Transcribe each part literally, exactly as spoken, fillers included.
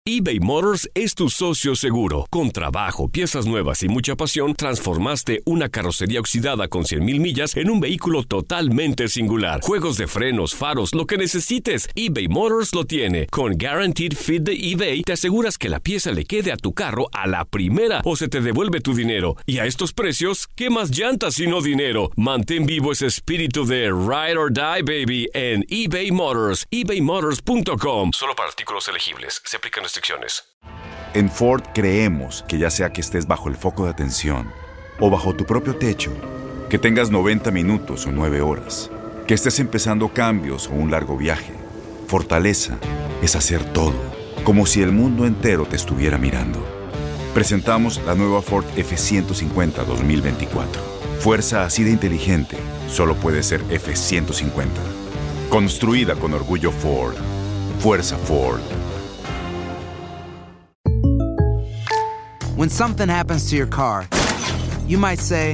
eBay Motors es tu socio seguro. Con trabajo, piezas nuevas y mucha pasión, transformaste una carrocería oxidada con cien mil millas en un vehículo totalmente singular. Juegos de frenos, faros, lo que necesites, eBay Motors lo tiene. Con Guaranteed Fit de eBay, te aseguras que la pieza le quede a tu carro a la primera o se te devuelve tu dinero. Y a estos precios, ¿qué más llantas sino dinero? Mantén vivo ese espíritu de Ride or Die, baby, en eBay Motors. ebay motors punto com. Solo para artículos elegibles. Se aplican restricciones. En Ford creemos que ya sea que estés bajo el foco de atención o bajo tu propio techo, que tengas noventa minutos o nueve horas, que estés empezando cambios o un largo viaje, fortaleza es hacer todo, como si el mundo entero te estuviera mirando. Presentamos la nueva Ford F ciento cincuenta dos mil veinticuatro. Fuerza así de inteligente solo puede ser F ciento cincuenta. Construida con orgullo Ford. Fuerza Ford. When something happens to your car, you might say,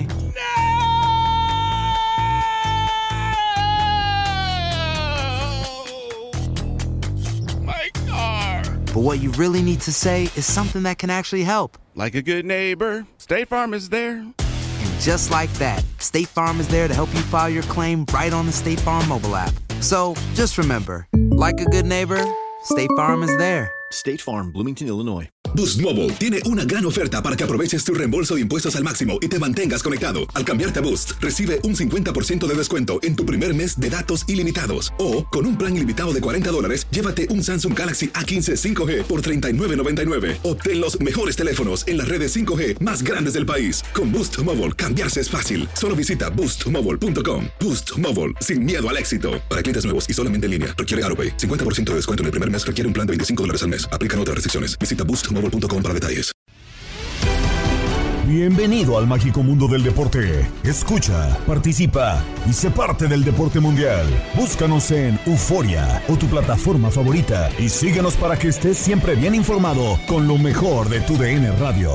"No! My car!" But what you really need to say is something that can actually help. Like a good neighbor, State Farm is there. And just like that, State Farm is there to help you file your claim right on the State Farm mobile app. So just remember, like a good neighbor, State Farm is there. State Farm, Bloomington, Illinois. Boost Mobile tiene una gran oferta para que aproveches tu reembolso de impuestos al máximo y te mantengas conectado. Al cambiarte a Boost, recibe un cincuenta por ciento de descuento en tu primer mes de datos ilimitados. O, con un plan ilimitado de cuarenta dólares, llévate un Samsung Galaxy A quince cinco G por treinta y nueve noventa y nueve. Obtén los mejores teléfonos en las redes cinco G más grandes del país. Con Boost Mobile, cambiarse es fácil. Solo visita boost mobile punto com. Boost Mobile, sin miedo al éxito. Para clientes nuevos y solamente en línea, requiere AutoPay. cincuenta por ciento de descuento en el primer mes requiere un plan de veinticinco dólares al mes. Aplican otras restricciones. Visita boost mobile punto com para detalles. Bienvenido al mágico mundo del deporte. Escucha, participa y sé parte del deporte mundial. Búscanos en Euforia o tu plataforma favorita y síguenos para que estés siempre bien informado con lo mejor de tu D N Radio.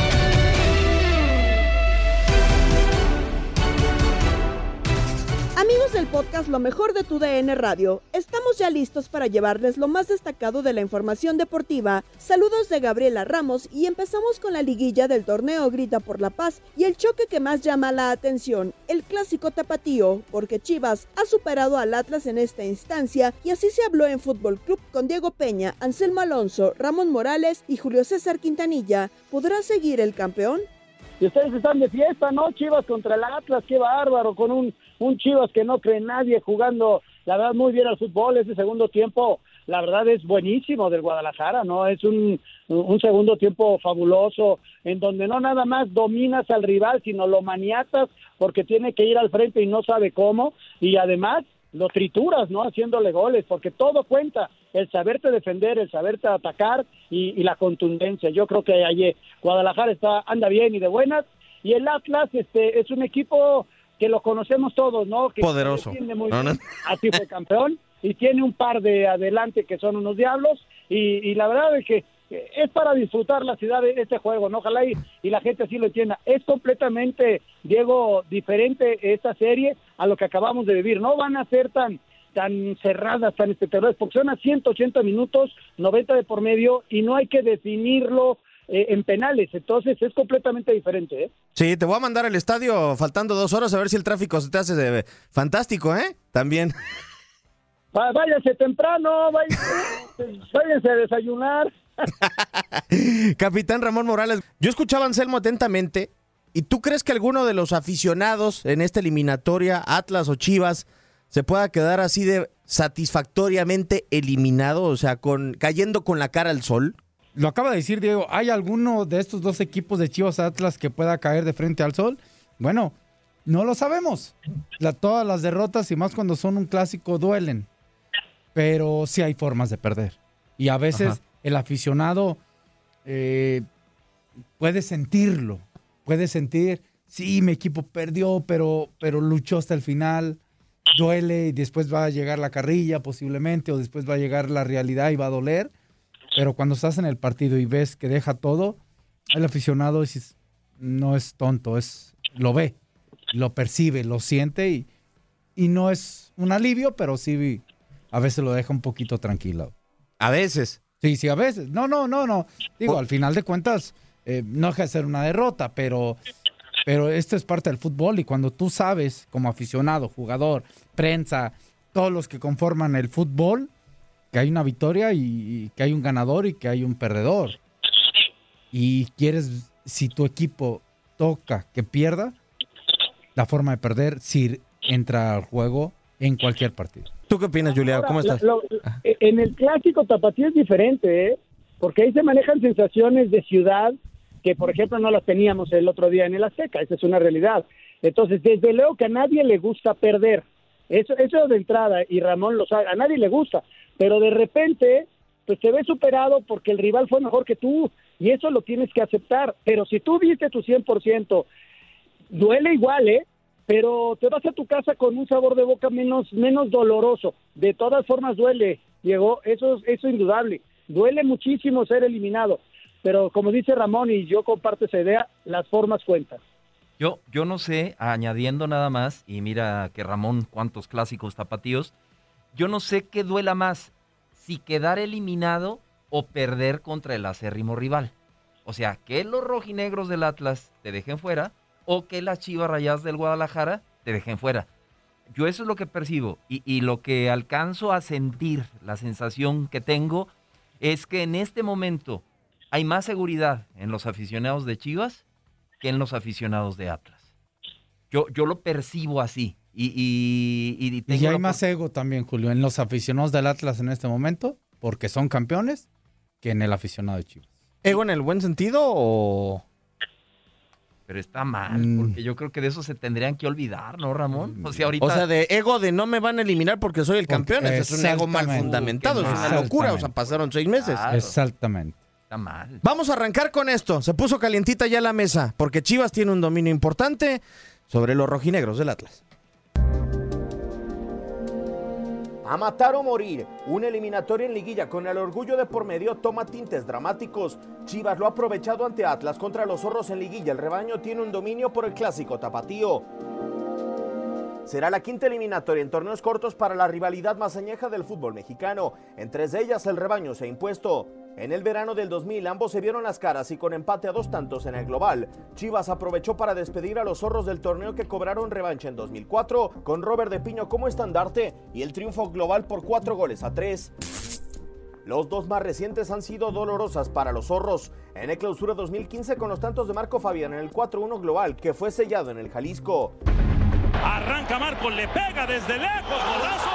Amigos del podcast Lo Mejor de tu D N Radio, estamos ya listos para llevarles lo más destacado de la información deportiva. Saludos de Gabriela Ramos y empezamos con la liguilla del torneo Grita por la Paz y el choque que más llama la atención, el clásico tapatío, porque Chivas ha superado al Atlas en esta instancia y así se habló en Fútbol Club con Diego Peña, Anselmo Alonso, Ramón Morales y Julio César Quintanilla. ¿Podrá seguir el campeón? Y ustedes están de fiesta, ¿no? Chivas contra el Atlas, qué bárbaro, con un, un Chivas que no cree nadie, jugando, la verdad, muy bien al fútbol. Ese segundo tiempo, la verdad, es buenísimo del Guadalajara, ¿no? Es un, un segundo tiempo fabuloso, en donde no nada más dominas al rival, sino lo maniatas porque tiene que ir al frente y no sabe cómo, y además lo trituras, ¿no? Haciéndole goles, porque todo cuenta, el saberte defender, el saberte atacar y, y la contundencia. Yo creo que allí Guadalajara está, anda bien y de buenas, y el Atlas este es un equipo que lo conocemos todos, ¿no? Que poderoso. Muy no, no. bien. Así fue campeón, y tiene un par de adelante que son unos diablos, y, y la verdad es que es para disfrutar la ciudad de este juego, ¿no? Ojalá y, y la gente así lo entienda. Es completamente, Diego, diferente esta serie a lo que acabamos de vivir. No van a ser tan tan cerradas, tan espectaculares, porque son a ciento ochenta minutos, noventa de por medio, y no hay que definirlo eh, en penales. Entonces es completamente diferente, ¿eh? Sí, te voy a mandar al estadio faltando dos horas a ver si el tráfico se te hace de... fantástico, ¿eh? También. Váyanse temprano, váyanse, váyanse a desayunar. Capitán Ramón Morales, yo escuchaba a Anselmo atentamente, ¿y tú crees que alguno de los aficionados en esta eliminatoria, Atlas o Chivas, se pueda quedar así de satisfactoriamente eliminado, o sea, con cayendo con la cara al sol? Lo acaba de decir Diego, ¿hay alguno de estos dos equipos de Chivas Atlas que pueda caer de frente al sol? Bueno, no lo sabemos. La, todas las derrotas, y más cuando son un clásico, duelen. Pero sí hay formas de perder. Y a veces Ajá. el aficionado eh, puede sentirlo. Puede sentir, sí, mi equipo perdió, pero, pero luchó hasta el final. Duele y después va a llegar la carrilla posiblemente, o después va a llegar la realidad y va a doler. Pero cuando estás en el partido y ves que deja todo, el aficionado es, no es tonto, es lo ve, lo percibe, lo siente y, y no es un alivio, pero sí a veces lo deja un poquito tranquilo. A veces. Sí, sí, a veces. No, no, no, no. Digo, al final de cuentas, eh, no deja de ser una derrota, pero, pero esto es parte del fútbol y cuando tú sabes, como aficionado, jugador, prensa, todos los que conforman el fútbol, que hay una victoria y, y que hay un ganador y que hay un perdedor. Y quieres, si tu equipo toca que pierda, la forma de perder si entra al juego en cualquier partido. ¿Tú qué opinas, Julia? ¿Cómo estás? Lo, lo, en el clásico tapatío es diferente, ¿eh? Porque ahí se manejan sensaciones de ciudad que, por ejemplo, no las teníamos el otro día en el Azteca. Esa es una realidad. Entonces, desde luego que a nadie le gusta perder. Eso, eso de entrada, y Ramón lo sabe, a nadie le gusta. Pero de repente, pues te ves superado porque el rival fue mejor que tú. Y eso lo tienes que aceptar. Pero si tú viste tu cien por ciento, duele igual, ¿eh? Pero te vas a tu casa con un sabor de boca menos menos doloroso. De todas formas duele, Diego, eso es eso indudable. Duele muchísimo ser eliminado, pero como dice Ramón, y yo comparto esa idea, las formas cuentan. Yo, yo no sé, añadiendo nada más, y mira que Ramón, cuántos clásicos tapatíos, yo no sé qué duela más, si quedar eliminado o perder contra el acérrimo rival. O sea, que los rojinegros del Atlas te dejen fuera, o que las Chivas Rayadas del Guadalajara te dejen fuera. Yo eso es lo que percibo, y, y lo que alcanzo a sentir, la sensación que tengo, es que en este momento hay más seguridad en los aficionados de Chivas que en los aficionados de Atlas. Yo, yo lo percibo así. Y, y, y, tengo y hay más ego también, Julio, en los aficionados del Atlas en este momento, porque son campeones, que en el aficionado de Chivas. ¿Ego en el buen sentido o...? Pero está mal, mm. porque yo creo que de eso se tendrían que olvidar, ¿no, Ramón? O sea, ahorita... O sea, de ego de no me van a eliminar porque soy el campeón. Ese es un ego mal fundamentado, es una locura. O sea, pasaron seis meses. Claro. Exactamente. Está mal. Vamos a arrancar con esto. Se puso calientita ya la mesa, porque Chivas tiene un dominio importante sobre los rojinegros del Atlas. A matar o morir, una eliminatoria en liguilla con el orgullo de por medio toma tintes dramáticos. Chivas lo ha aprovechado ante Atlas contra los zorros en liguilla. El rebaño tiene un dominio por el clásico tapatío. Será la quinta eliminatoria en torneos cortos para la rivalidad más añeja del fútbol mexicano. En tres de ellas el rebaño se ha impuesto. En el verano del dos mil ambos se vieron las caras y con empate a dos tantos en el global, Chivas aprovechó para despedir a los zorros del torneo que cobraron revancha en dos mil cuatro con Robert de Piño como estandarte y el triunfo global por cuatro goles a tres. Los dos más recientes han sido dolorosas para los zorros. En el clausura dos mil quince con los tantos de Marco Fabián en el cuatro uno global que fue sellado en el Jalisco. Arranca Marco, le pega desde lejos, golazo.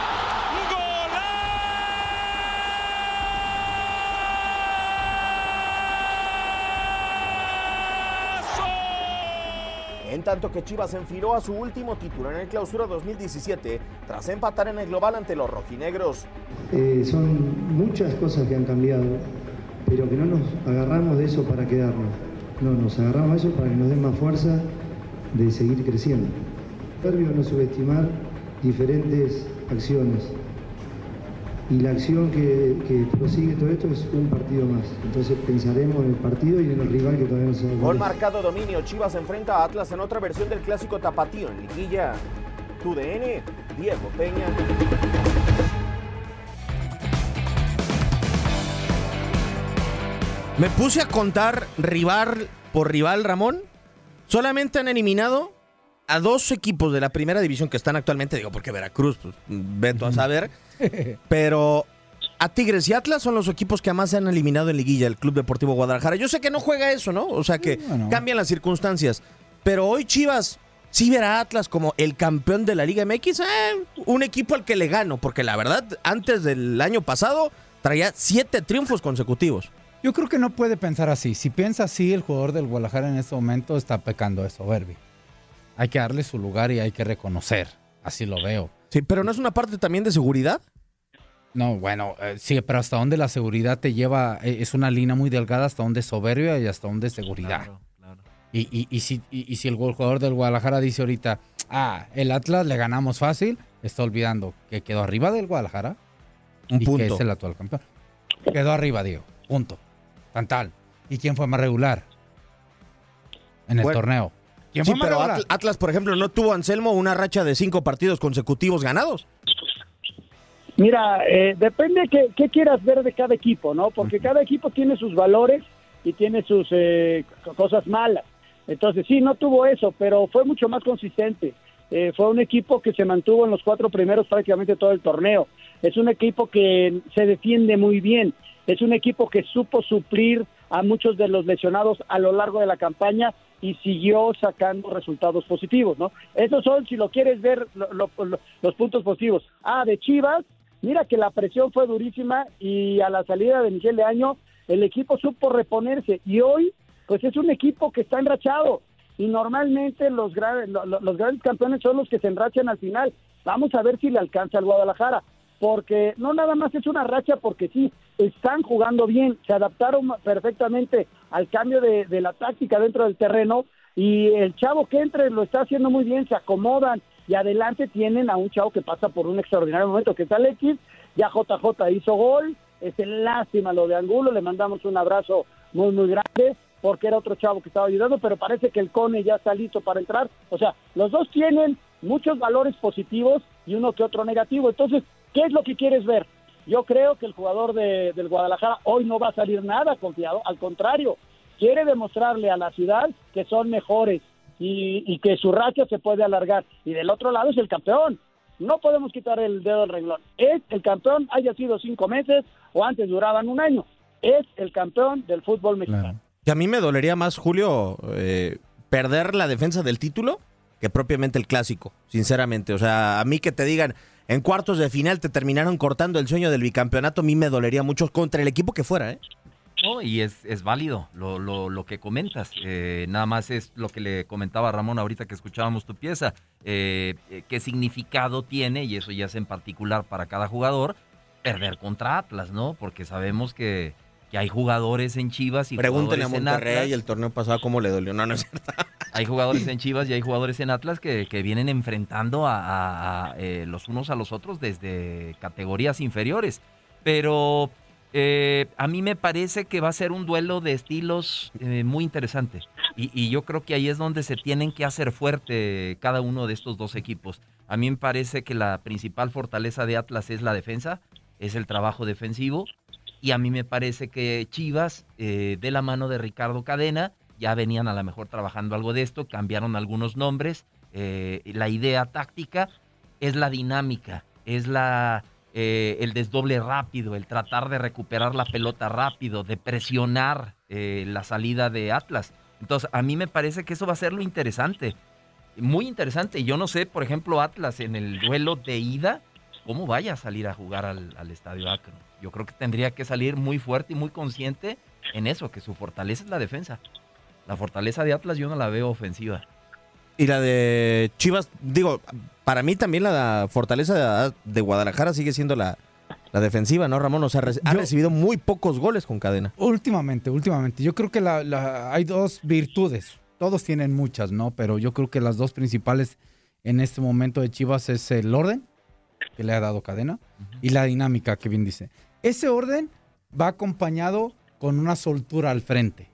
En tanto que Chivas enfiló a su último título en el clausura dos mil diecisiete tras empatar en el global ante los rojinegros. Eh, son muchas cosas que han cambiado, pero que no nos agarramos de eso para quedarnos. No, nos agarramos de eso para que nos den más fuerza de seguir creciendo. Nervio no subestimar diferentes acciones. Y la acción que, que prosigue todo esto es un partido más. Entonces pensaremos en el partido y en el rival que todavía no se va a Gol marcado dominio. Chivas enfrenta a Atlas en otra versión del clásico tapatío en liguilla. Tu D N, Diego Peña. Me puse a contar rival por rival, Ramón. Solamente han eliminado a dos equipos de la primera división que están actualmente, digo, porque Veracruz, pues, vete a saber, pero a Tigres y Atlas son los equipos que más se han eliminado en liguilla, el Club Deportivo Guadalajara. Yo sé que no juega eso, ¿no? O sea que bueno, cambian las circunstancias, pero hoy Chivas sí verá a Atlas como el campeón de la Liga M X, eh, un equipo al que le gano, porque la verdad, antes del año pasado, traía siete triunfos consecutivos. Yo creo que no puede pensar así. Si piensa así, el jugador del Guadalajara en este momento está pecando de soberbia. Hay que darle su lugar y hay que reconocer. Así lo veo. Sí, pero ¿no es una parte también de seguridad? No, bueno, eh, sí, pero hasta dónde la seguridad te lleva, eh, es una línea muy delgada hasta dónde es soberbia y hasta dónde es seguridad. Claro, claro. Y, y, y, si, y, y si el jugador del Guadalajara dice ahorita, ah, el Atlas le ganamos fácil, está olvidando que quedó arriba del Guadalajara. Un y punto. Que es el actual campeón. Quedó arriba, Diego. Punto. Tan tal. ¿Y quién fue más regular en el bueno. torneo? Sí, pero Atlas, Atlas, por ejemplo, no tuvo, Anselmo, una racha de cinco partidos consecutivos ganados. Mira, eh, depende qué, qué quieras ver de cada equipo, ¿no? Porque cada equipo tiene sus valores y tiene sus eh, cosas malas. Entonces, sí, no tuvo eso, pero fue mucho más consistente. Eh, fue un equipo que se mantuvo en los cuatro primeros prácticamente todo el torneo. Es un equipo que se defiende muy bien. Es un equipo que supo suplir a muchos de los lesionados a lo largo de la campaña y siguió sacando resultados positivos, ¿no? Esos son, si lo quieres ver, lo, lo, lo, los puntos positivos. Ah, de Chivas, mira que la presión fue durísima y a la salida de Miguel de Año, el equipo supo reponerse y hoy, pues es un equipo que está enrachado y normalmente los, gra- los, los grandes campeones son los que se enrachan al final. Vamos a ver si le alcanza al Guadalajara, porque no nada más es una racha, porque sí, están jugando bien, se adaptaron perfectamente al cambio de, de la táctica dentro del terreno y el chavo que entre lo está haciendo muy bien, se acomodan y adelante tienen a un chavo que pasa por un extraordinario momento, que está Alexis, ya J J hizo gol, es lástima lo de Angulo, le mandamos un abrazo muy muy grande, porque era otro chavo que estaba ayudando, pero parece que el Cone ya está listo para entrar, o sea, los dos tienen muchos valores positivos y uno que otro negativo, entonces, ¿qué es lo que quieres ver? Yo creo que el jugador de, del Guadalajara hoy no va a salir nada confiado, al contrario, quiere demostrarle a la ciudad que son mejores y, y que su racha se puede alargar. Y del otro lado es el campeón. No podemos quitar el dedo del renglón. Es el campeón, haya sido cinco meses o antes duraban un año. Es el campeón del fútbol mexicano. Claro. Que a mí me dolería más, Julio, eh, perder la defensa del título que propiamente el clásico, sinceramente. O sea, a mí que te digan, en cuartos de final te terminaron cortando el sueño del bicampeonato, a mí me dolería mucho contra el equipo que fuera, ¿eh? No, y es, es válido lo, lo, lo que comentas. Eh, nada más es lo que le comentaba Ramón ahorita que escuchábamos tu pieza. Eh, eh, ¿Qué significado tiene, y eso ya es en particular para cada jugador, perder contra Atlas, ¿no? Porque sabemos que, que hay jugadores en Chivas y Pregúntenle a jugadores en Monterrey Atlas. el torneo pasado cómo le dolió. No, no es cierto. Hay jugadores en Chivas y hay jugadores en Atlas que, que vienen enfrentando a, a, a eh, los unos a los otros desde categorías inferiores. Pero eh, a mí me parece que va a ser un duelo de estilos eh, muy interesante. Y, y yo creo que ahí es donde se tienen que hacer fuerte cada uno de estos dos equipos. A mí me parece que la principal fortaleza de Atlas es la defensa, es el trabajo defensivo. Y a mí me parece que Chivas, eh, de la mano de Ricardo Cadena, ya venían a lo mejor trabajando algo de esto, cambiaron algunos nombres. Eh, la idea táctica es la dinámica, es la eh, el desdoble rápido, el tratar de recuperar la pelota rápido, de presionar eh, la salida de Atlas. Entonces, a mí me parece que eso va a ser lo interesante, muy interesante. Yo no sé, por ejemplo, Atlas en el duelo de ida, cómo vaya a salir a jugar al, al Estadio Akron. Yo creo que tendría que salir muy fuerte y muy consciente en eso, que su fortaleza es la defensa. La fortaleza de Atlas yo no la veo ofensiva. Y la de Chivas, digo, para mí también la fortaleza de Guadalajara sigue siendo la, la defensiva, ¿no, Ramón? O sea, ha Yo- recibido muy pocos goles con Cadena. Últimamente, últimamente. Yo creo que la, la- hay dos virtudes. Todos tienen muchas, ¿no? Pero yo creo que las dos principales en este momento de Chivas es el orden que le ha dado Cadena y la dinámica que bien dice. Ese orden va acompañado con una soltura al frente.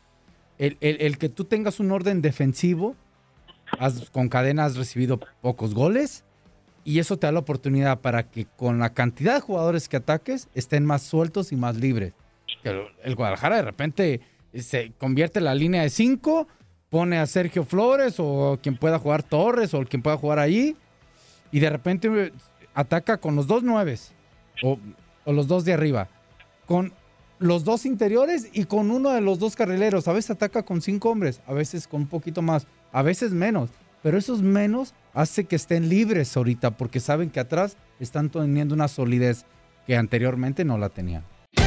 El, el- el que tú tengas un orden defensivo, has- con Cadena has recibido pocos goles y eso te da la oportunidad para que con la cantidad de jugadores que ataques estén más sueltos y más libres. Que el- el Guadalajara de repente se convierte la línea de cinco, pone a Sergio Flores o quien pueda jugar Torres o quien pueda jugar ahí y de repente eh, ataca con los dos nueves o, o los dos de arriba, con los dos interiores y con uno de los dos carrileros. A veces ataca con cinco hombres, a veces con un poquito más, a veces menos. Pero esos menos hace que estén libres ahorita porque saben que atrás están teniendo una solidez que anteriormente no la tenían.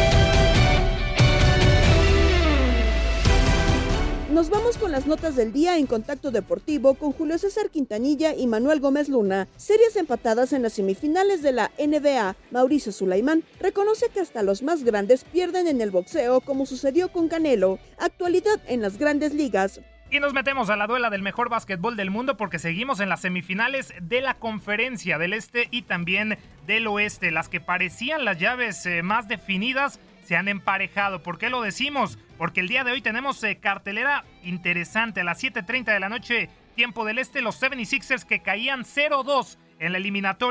Nos vamos con las notas del día en Contacto Deportivo con Julio César Quintanilla y Manuel Gómez Luna. Series empatadas en las semifinales de la N B A. Mauricio Sulaimán reconoce que hasta los más grandes pierden en el boxeo, como sucedió con Canelo. Actualidad en las grandes ligas. Y nos metemos a la duela del mejor básquetbol del mundo porque seguimos en las semifinales de la Conferencia del Este y también del Oeste. Las que parecían las llaves eh, más definidas se han emparejado. ¿Por qué lo decimos? Porque el día de hoy tenemos eh, cartelera interesante. A las siete treinta de la noche, tiempo del Este, los setenta y seis ers que caían cero dos en la eliminatoria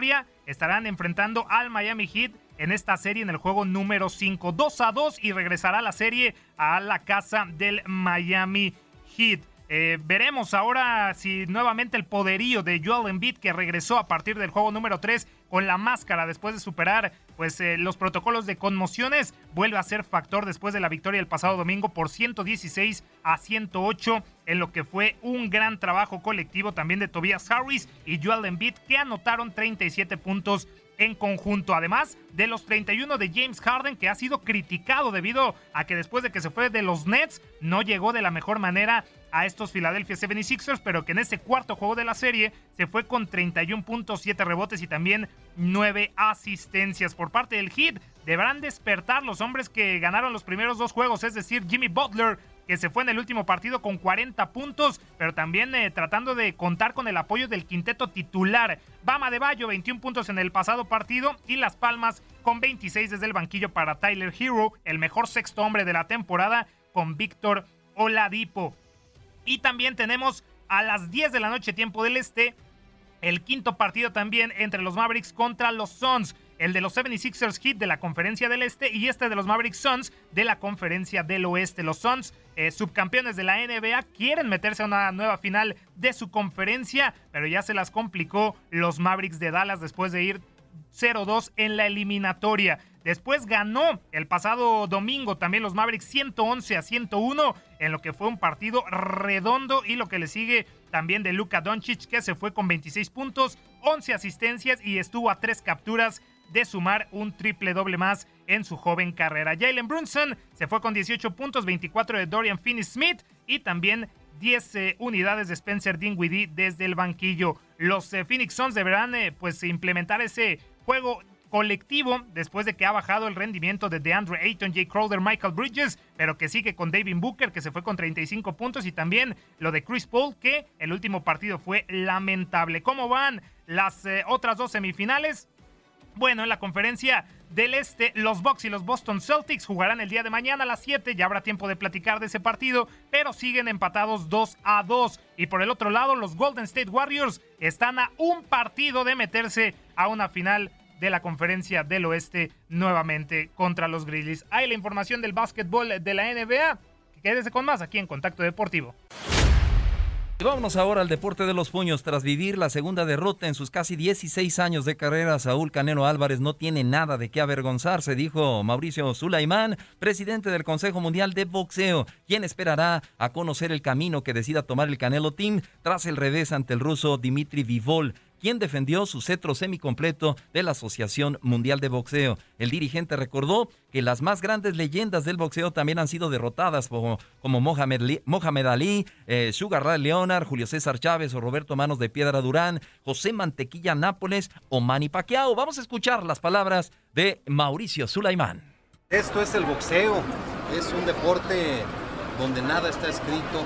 estarán enfrentando al Miami Heat en esta serie en el juego número cinco. dos a dos y regresará la serie a la casa del Miami Heat. Eh, veremos ahora si nuevamente el poderío de Joel Embiid, que regresó a partir del juego número tres con la máscara después de superar pues eh, los protocolos de conmociones, vuelve a ser factor después de la victoria el pasado domingo por ciento dieciséis a ciento ocho en lo que fue un gran trabajo colectivo también de Tobias Harris y Joel Embiid, que anotaron treinta y siete puntos en conjunto, además de los treinta y uno de James Harden, que ha sido criticado debido a que después de que se fue de los Nets no llegó de la mejor manera a estos Philadelphia setenta y seis ers, pero que en ese cuarto juego de la serie se fue con treinta y uno puntos, siete rebotes y también nueve asistencias. Por parte del Heat deberán despertar los hombres que ganaron los primeros dos juegos, es decir, Jimmy Butler, que se fue en el último partido con cuarenta puntos, pero también eh, tratando de contar con el apoyo del quinteto titular. Bam Adebayo, veintiún puntos en el pasado partido, y Las Palmas con veintiséis desde el banquillo para Tyler Hero, el mejor sexto hombre de la temporada, con Víctor Oladipo. Y también tenemos a las diez de la noche, tiempo del este, el quinto partido también entre los Mavericks contra los Suns. El de los setenta y seis ers Heat de la Conferencia del Este y este de los Mavericks Suns de la Conferencia del Oeste. Los Suns, eh, subcampeones de la N B A, quieren meterse a una nueva final de su conferencia, pero ya se las complicó los Mavericks de Dallas después de ir cero dos en la eliminatoria. Después ganó el pasado domingo también los Mavericks ciento once a ciento uno en lo que fue un partido redondo, y lo que le sigue también de Luka Doncic, que se fue con veintiséis puntos, once asistencias y estuvo a tres capturas de sumar un triple doble más en su joven carrera. Jalen Brunson se fue con dieciocho puntos, veinticuatro de Dorian Finney-Smith y también diez eh, unidades de Spencer Dinwiddie desde el banquillo. Los eh, Phoenix Suns deberán eh, pues implementar ese juego colectivo después de que ha bajado el rendimiento de DeAndre Ayton, Jay Crowder, Michael Bridges, pero que sigue con Devin Booker, que se fue con treinta y cinco puntos, y también lo de Chris Paul, que el último partido fue lamentable. ¿Cómo van las eh, otras dos semifinales? Bueno, en la Conferencia del Este, los Bucks y los Boston Celtics jugarán el día de mañana a las siete. Ya habrá tiempo de platicar de ese partido, pero siguen empatados dos a dos. Y por el otro lado, los Golden State Warriors están a un partido de meterse a una final de la Conferencia del Oeste nuevamente contra los Grizzlies. Hay la información del básquetbol de la N B A. Quédese con más aquí en Contacto Deportivo. Y vámonos ahora al deporte de los puños. Tras vivir la segunda derrota en sus casi dieciséis años de carrera, Saúl Canelo Álvarez no tiene nada de qué avergonzarse, dijo Mauricio Sulaimán, presidente del Consejo Mundial de Boxeo, quien esperará a conocer el camino que decida tomar el Canelo Team tras el revés ante el ruso Dimitri Bivol, quien defendió su cetro semicompleto de la Asociación Mundial de Boxeo. El dirigente recordó que las más grandes leyendas del boxeo también han sido derrotadas, como, como Mohamed, Li, Mohamed Ali, eh, Sugar Ray Leonard, Julio César Chávez o Roberto Manos de Piedra Durán, José Mantequilla Nápoles o Manny Pacquiao. Vamos a escuchar las palabras de Mauricio Sulaimán. Esto es el boxeo, es un deporte donde nada está escrito.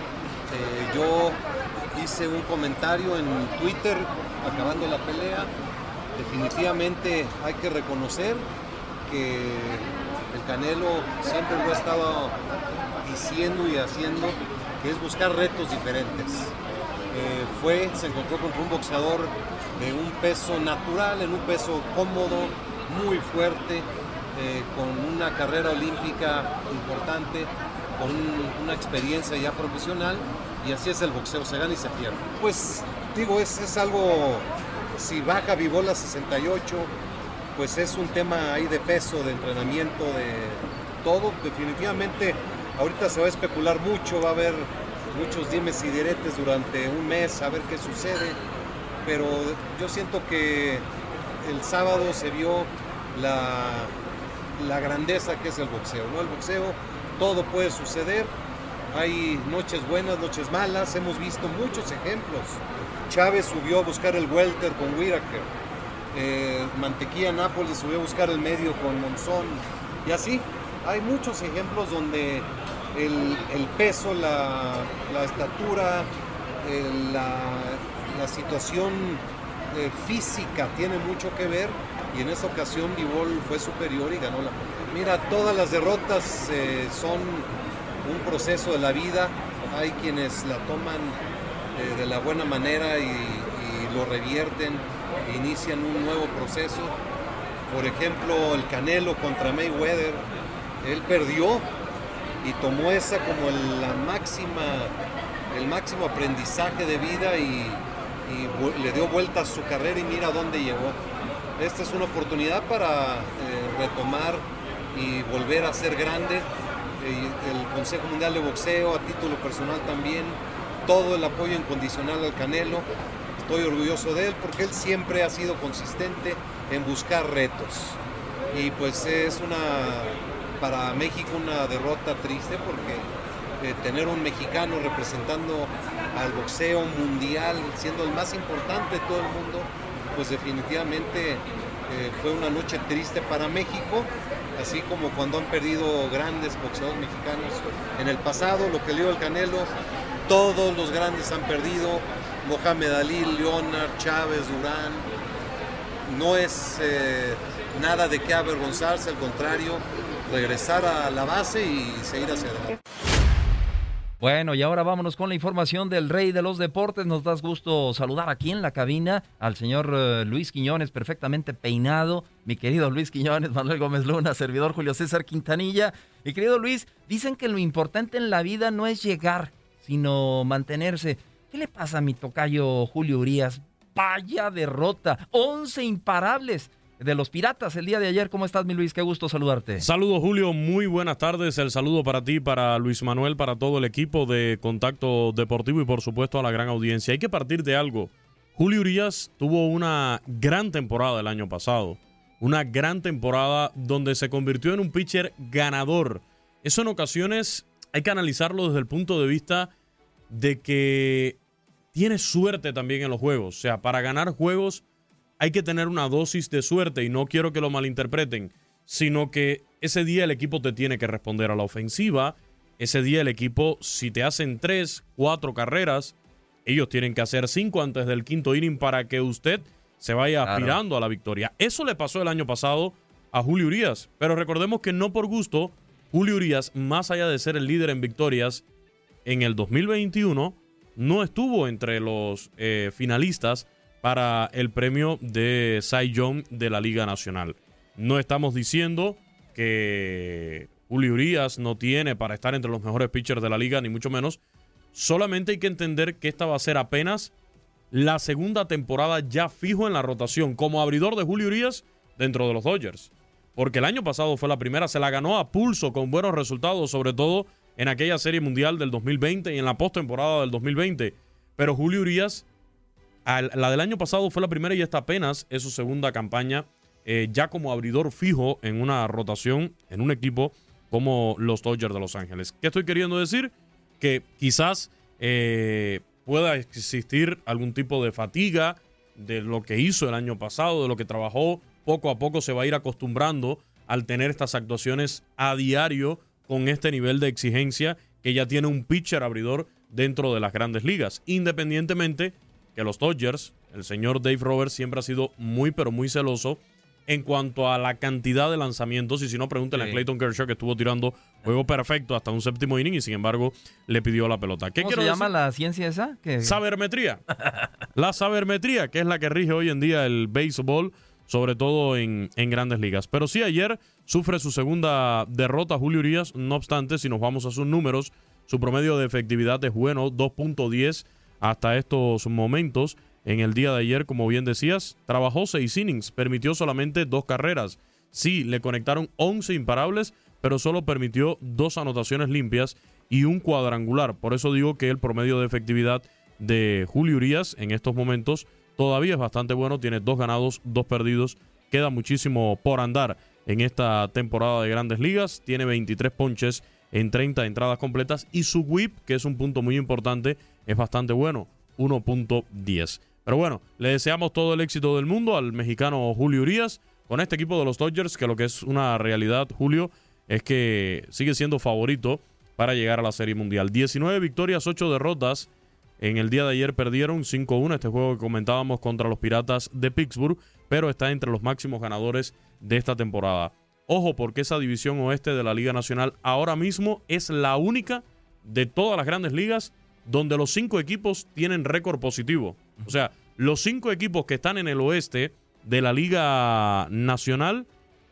Eh, yo hice un comentario en Twitter acabando la pelea. Definitivamente hay que reconocer que el Canelo siempre lo ha estado diciendo y haciendo, que es buscar retos diferentes. Eh, fue, se encontró con un boxeador de un peso natural, en un peso cómodo, muy fuerte, eh, con una carrera olímpica importante, con un, una experiencia ya profesional. Y así es el boxeo, se gana y se pierde. Pues digo, es, es algo, si baja Bivol a sesenta y ocho, pues es un tema ahí de peso, de entrenamiento, de todo. Definitivamente ahorita se va a especular mucho, va a haber muchos dimes y diretes durante un mes a ver qué sucede, pero yo siento que el sábado se vio la, la grandeza que es el boxeo, ¿no? El boxeo, todo puede suceder. Hay noches buenas, noches malas, hemos visto muchos ejemplos. Chávez subió a buscar el welter con Whittaker, eh, Mantequilla Nápoles subió a buscar el medio con Monzón, y así hay muchos ejemplos donde el, el peso, la, la estatura, el, la, la situación eh, física tiene mucho que ver, y en esta ocasión Bivol fue superior y ganó la pelea. Mira, todas las derrotas eh, son un proceso de la vida, hay quienes la toman eh, de la buena manera y, y lo revierten, inician un nuevo proceso. Por ejemplo, el Canelo contra Mayweather, él perdió y tomó esa como el, la máxima, el máximo aprendizaje de vida y, y le dio vuelta a su carrera y mira dónde llegó. Esta es una oportunidad para eh, retomar y volver a ser grande. El Consejo Mundial de Boxeo, a título personal también, todo el apoyo incondicional al Canelo. Estoy orgulloso de él porque él siempre ha sido consistente en buscar retos. Y pues es una, para México, una derrota triste porque eh, tener un mexicano representando al boxeo mundial, siendo el más importante de todo el mundo, pues definitivamente eh, fue una noche triste para México. Así como cuando han perdido grandes boxeadores mexicanos en el pasado, lo que le dio el Canelo, todos los grandes han perdido, Mohamed Ali, Leonard, Chávez, Durán. No es eh, nada de qué avergonzarse, al contrario, regresar a la base y seguir hacia adelante. Bueno, y ahora vámonos con la información del rey de los deportes. Nos das gusto saludar aquí en la cabina al señor uh, Luis Quiñones, perfectamente peinado. Mi querido Luis Quiñones, Manuel Gómez Luna, servidor Julio César Quintanilla. Mi querido Luis, dicen que lo importante en la vida no es llegar, sino mantenerse. ¿Qué le pasa a mi tocayo Julio Urías? Vaya derrota, once imparables de los Piratas el día de ayer. ¿Cómo estás, mi Luis? Qué gusto saludarte. Saludos, Julio. Muy buenas tardes. El saludo para ti, para Luis Manuel, para todo el equipo de Contacto Deportivo y, por supuesto, a la gran audiencia. Hay que partir de algo. Julio Urías tuvo una gran temporada el año pasado. Una gran temporada donde se convirtió en un pitcher ganador. Eso en ocasiones hay que analizarlo desde el punto de vista de que tiene suerte también en los juegos. O sea, para ganar juegos hay que tener una dosis de suerte y no quiero que lo malinterpreten, sino que ese día el equipo te tiene que responder a la ofensiva. Ese día el equipo, si te hacen tres, cuatro carreras, ellos tienen que hacer cinco antes del quinto inning para que usted se vaya claro. aspirando a la victoria. Eso le pasó el año pasado a Julio Urías, pero recordemos que no por gusto, Julio Urías, más allá de ser el líder en victorias, en el dos mil veintiuno no estuvo entre los eh, finalistas para el premio de Cy Young de la Liga Nacional. No estamos diciendo que Julio Urías no tiene para estar entre los mejores pitchers de la liga, ni mucho menos. Solamente hay que entender que esta va a ser apenas la segunda temporada ya fijo en la rotación como abridor de Julio Urías dentro de los Dodgers. Porque el año pasado fue la primera, se la ganó a pulso con buenos resultados, sobre todo en aquella Serie Mundial del dos mil veinte y en la postemporada del dos mil veinte. Pero Julio Urías, la del año pasado fue la primera y esta apenas es su segunda campaña eh, ya como abridor fijo en una rotación, en un equipo como los Dodgers de Los Ángeles. ¿Qué estoy queriendo decir? Que quizás eh, pueda existir algún tipo de fatiga de lo que hizo el año pasado, de lo que trabajó. Poco a poco se va a ir acostumbrando al tener estas actuaciones a diario con este nivel de exigencia que ya tiene un pitcher abridor dentro de las grandes ligas. Independientemente que los Dodgers, el señor Dave Roberts siempre ha sido muy pero muy celoso en cuanto a la cantidad de lanzamientos, y si no, pregúntenle sí. a Clayton Kershaw, que estuvo tirando juego perfecto hasta un séptimo inning y sin embargo le pidió la pelota. ¿Qué ¿Cómo se llama decir? La ciencia esa? ¿Qué? Sabermetría. La sabermetría, que es la que rige hoy en día el béisbol, sobre todo en, en grandes ligas. Pero sí, ayer sufre su segunda derrota Julio Urías. No obstante, si nos vamos a sus números, su promedio de efectividad es bueno, dos punto diez hasta estos momentos. En el día de ayer, como bien decías, trabajó seis innings, permitió solamente dos carreras. Sí, le conectaron once imparables, pero solo permitió dos anotaciones limpias y un cuadrangular. Por eso digo que el promedio de efectividad de Julio Urías en estos momentos todavía es bastante bueno. Tiene dos ganados, dos perdidos. Queda muchísimo por andar en esta temporada de Grandes Ligas. Tiene veintitrés ponches en treinta entradas completas y su whip, que es un punto muy importante, es bastante bueno, uno punto diez. Pero bueno, le deseamos todo el éxito del mundo al mexicano Julio Urías con este equipo de los Dodgers, que lo que es una realidad, Julio, es que sigue siendo favorito para llegar a la Serie Mundial. diecinueve victorias, ocho derrotas. En el día de ayer perdieron cinco uno este juego que comentábamos contra los Piratas de Pittsburgh, pero está entre los máximos ganadores de esta temporada. Ojo, porque esa división oeste de la Liga Nacional ahora mismo es la única de todas las grandes ligas donde los cinco equipos tienen récord positivo. O sea, los cinco equipos que están en el oeste de la Liga Nacional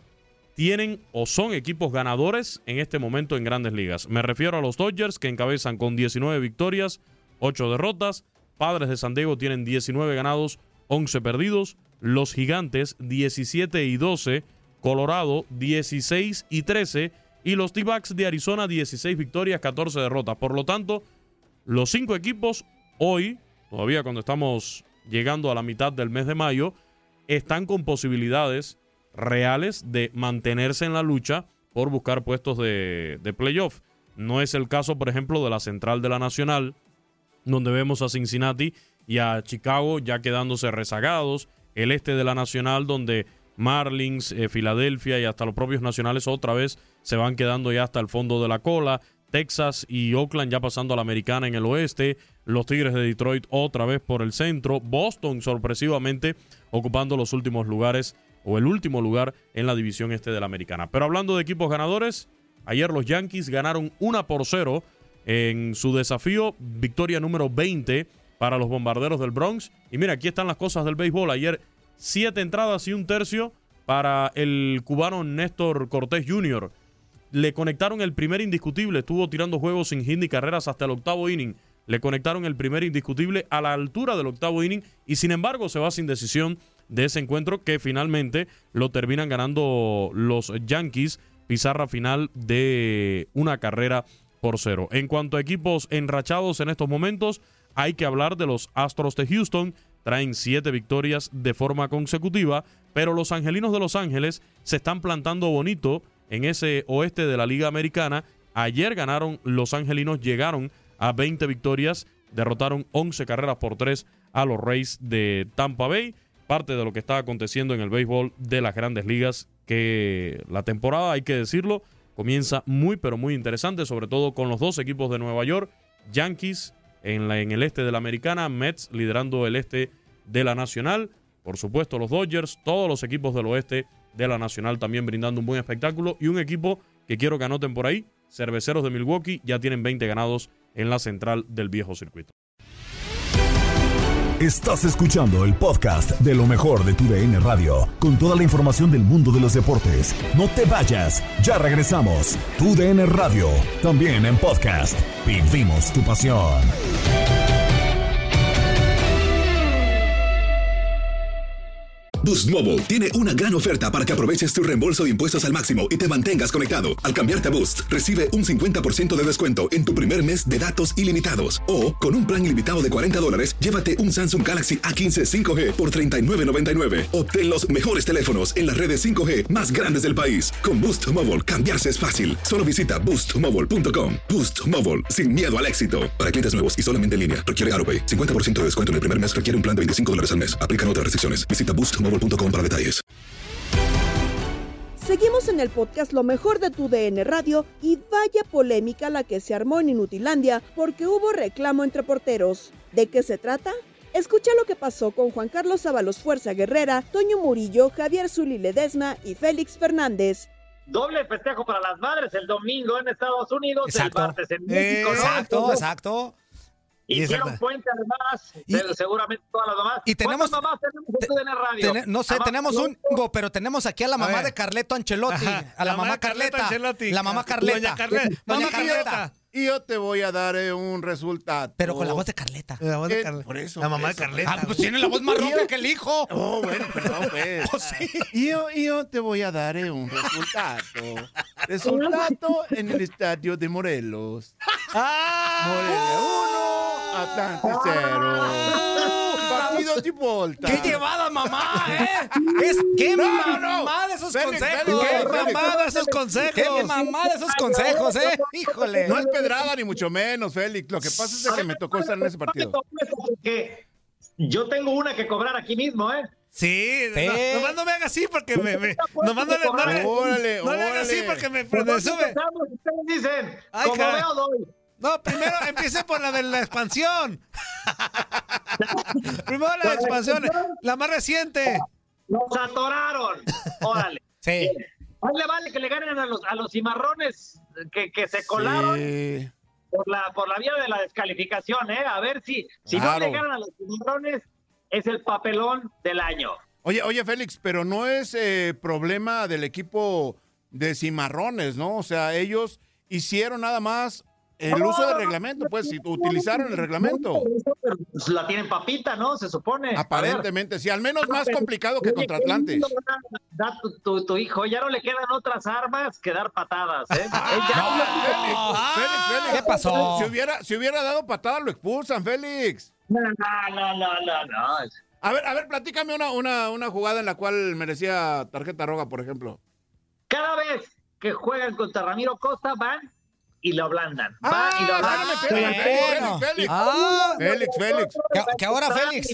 tienen o son equipos ganadores en este momento en Grandes Ligas. Me refiero a los Dodgers, que encabezan con diecinueve victorias, ocho derrotas. Padres de San Diego tienen diecinueve ganados, once perdidos. Los Gigantes, diecisiete y doce. Colorado, dieciséis y trece. Y los D-backs de Arizona, dieciséis victorias, catorce derrotas. Por lo tanto, los cinco equipos hoy, todavía cuando estamos llegando a la mitad del mes de mayo, están con posibilidades reales de mantenerse en la lucha por buscar puestos de, de playoff. No es el caso, por ejemplo, de la Central de la Nacional, donde vemos a Cincinnati y a Chicago ya quedándose rezagados. El este de la Nacional, donde Marlins, eh, Filadelfia y hasta los propios Nacionales otra vez se van quedando ya hasta el fondo de la cola. Texas y Oakland ya pasando a la Americana en el oeste. Los Tigres de Detroit otra vez por el centro. Boston sorpresivamente ocupando los últimos lugares o el último lugar en la división este de la Americana. Pero hablando de equipos ganadores, ayer los Yankees ganaron uno por cero en su desafío. Victoria número veinte para los Bombarderos del Bronx. Y mira, aquí están las cosas del béisbol. Ayer siete entradas y un tercio para el cubano Néstor Cortés junior Le conectaron el primer indiscutible. Estuvo tirando juegos sin hit ni carreras hasta el octavo inning. Le conectaron el primer indiscutible a la altura del octavo inning y sin embargo se va sin decisión de ese encuentro que finalmente lo terminan ganando los Yankees. Pizarra final de una carrera por cero. En cuanto a equipos enrachados en estos momentos, hay que hablar de los Astros de Houston. Traen siete victorias de forma consecutiva, pero los Angelinos de Los Ángeles se están plantando bonito en ese oeste de la Liga Americana. Ayer ganaron los Angelinos, llegaron a veinte victorias, derrotaron once carreras por tres a los Rays de Tampa Bay. Parte de lo que está aconteciendo en el béisbol de las Grandes Ligas, que la temporada, hay que decirlo, comienza muy pero muy interesante, sobre todo con los dos equipos de Nueva York, Yankees en, la, en el este de la Americana, Mets liderando el este de la Nacional, por supuesto los Dodgers, todos los equipos del oeste de la Nacional también brindando un buen espectáculo, y un equipo que quiero que anoten por ahí, Cerveceros de Milwaukee, ya tienen veinte ganados en la central del viejo circuito. Estás escuchando el podcast de lo mejor de tu D N Radio, con toda la información del mundo de los deportes. No te vayas, ya regresamos. Tu D N Radio, también en podcast. Vivimos tu pasión. Boost Mobile tiene una gran oferta para que aproveches tu reembolso de impuestos al máximo y te mantengas conectado. Al cambiarte a Boost, recibe un cincuenta por ciento de descuento en tu primer mes de datos ilimitados. O, con un plan ilimitado de cuarenta dólares, llévate un Samsung Galaxy A quince cinco G por treinta y nueve noventa y nueve. Obtén los mejores teléfonos en las redes cinco G más grandes del país. Con Boost Mobile, cambiarse es fácil. Solo visita boost mobile punto com. Boost Mobile, sin miedo al éxito. Para clientes nuevos y solamente en línea, requiere AutoPay. cincuenta por ciento de descuento en el primer mes requiere un plan de veinticinco dólares al mes. Aplican otras restricciones. Visita boost mobile punto com para detalles. Seguimos en el podcast Lo Mejor de tu D N Radio y vaya polémica la que se armó en Inutilandia porque hubo reclamo entre porteros. ¿De qué se trata? Escucha lo que pasó con Juan Carlos Ábalos Fuerza Guerrera, Toño Murillo, Javier Zuli Ledesma y Félix Fernández. Doble festejo para las madres el domingo en Estados Unidos, exacto. El martes en México, ¿no? Exacto, Entonces, exacto. Y hicieron puente además, y, de, seguramente todas las mamás. Y tenemos, mamás tenemos en D N Radio? Ten, no sé, Además, tenemos un, no, pero tenemos aquí a la mamá a de Carleto Ancelotti, Ajá, a la, la mamá Carleta, Ancelotti. La mamá Carleta. Doña Carleta. Doña Mamá Carleta. Y yo te voy a dar eh, un resultado. Pero con la voz de Carleta. La voz de Carleta. Por eso. La mamá eso, de Carleta. Ah, pues tiene la voz más ronca que el hijo. Oh, bueno, perdón, pues. Pues sí. Y yo, y yo te voy a dar eh, un resultado. Resultado en el estadio de Morelos. ¡Ah! Morelia uno, Atlante cero. Partido de vuelta. ¡Qué llevada, mamá, eh! Es, ¡Qué no, mamá no. de esos Félix, consejos! Félix, ¡Qué Félix, mamá de esos consejos! ¡Qué mamá de esos consejos, eh! ¡Híjole! No es pedrada ni mucho menos, Félix. Lo que pasa es que me tocó estar en ese partido. Yo tengo una que cobrar aquí mismo, ¿eh? Sí, no, nomás no me haga así porque me... me nomás no le... No le, órale, no le haga así porque me, me sube. Ustedes dicen, Ay, como cara. veo, doy. No, primero empiece por la de la expansión. Primero la de expansión, la más reciente. Nos atoraron. Órale. Sí. Vale, vale que le ganen a los, a los cimarrones que, que se colaron sí. por, la, por la vía de la descalificación, ¿eh? A ver si, si claro. no le ganan a los cimarrones, es el papelón del año. Oye, oye, Félix, pero no es eh, problema del equipo de Cimarrones, ¿no? O sea, ellos hicieron nada más el uso del reglamento, pues, si utilizaron el reglamento. Pues la tienen papita, ¿no? Se supone. Aparentemente, sí, al menos más complicado que contra Atlantis. Da tu, tu, tu hijo, ya no le quedan otras armas que dar patadas, ¿eh? Ah, Félix, Félix, Félix. ¿Qué pasó? Si hubiera, si hubiera dado patada, lo expulsan, Félix. No, no, no, no, no. A ver, a ver, platícame una, una, una jugada en la cual merecía tarjeta roja, por ejemplo. Cada vez que juegan contra Ramiro Costa, van y lo ablandan. Van Ah, y lo ablandan. espérame, espérame, Félix, Félix, Ah. Félix, Félix. Que, que ahora Félix,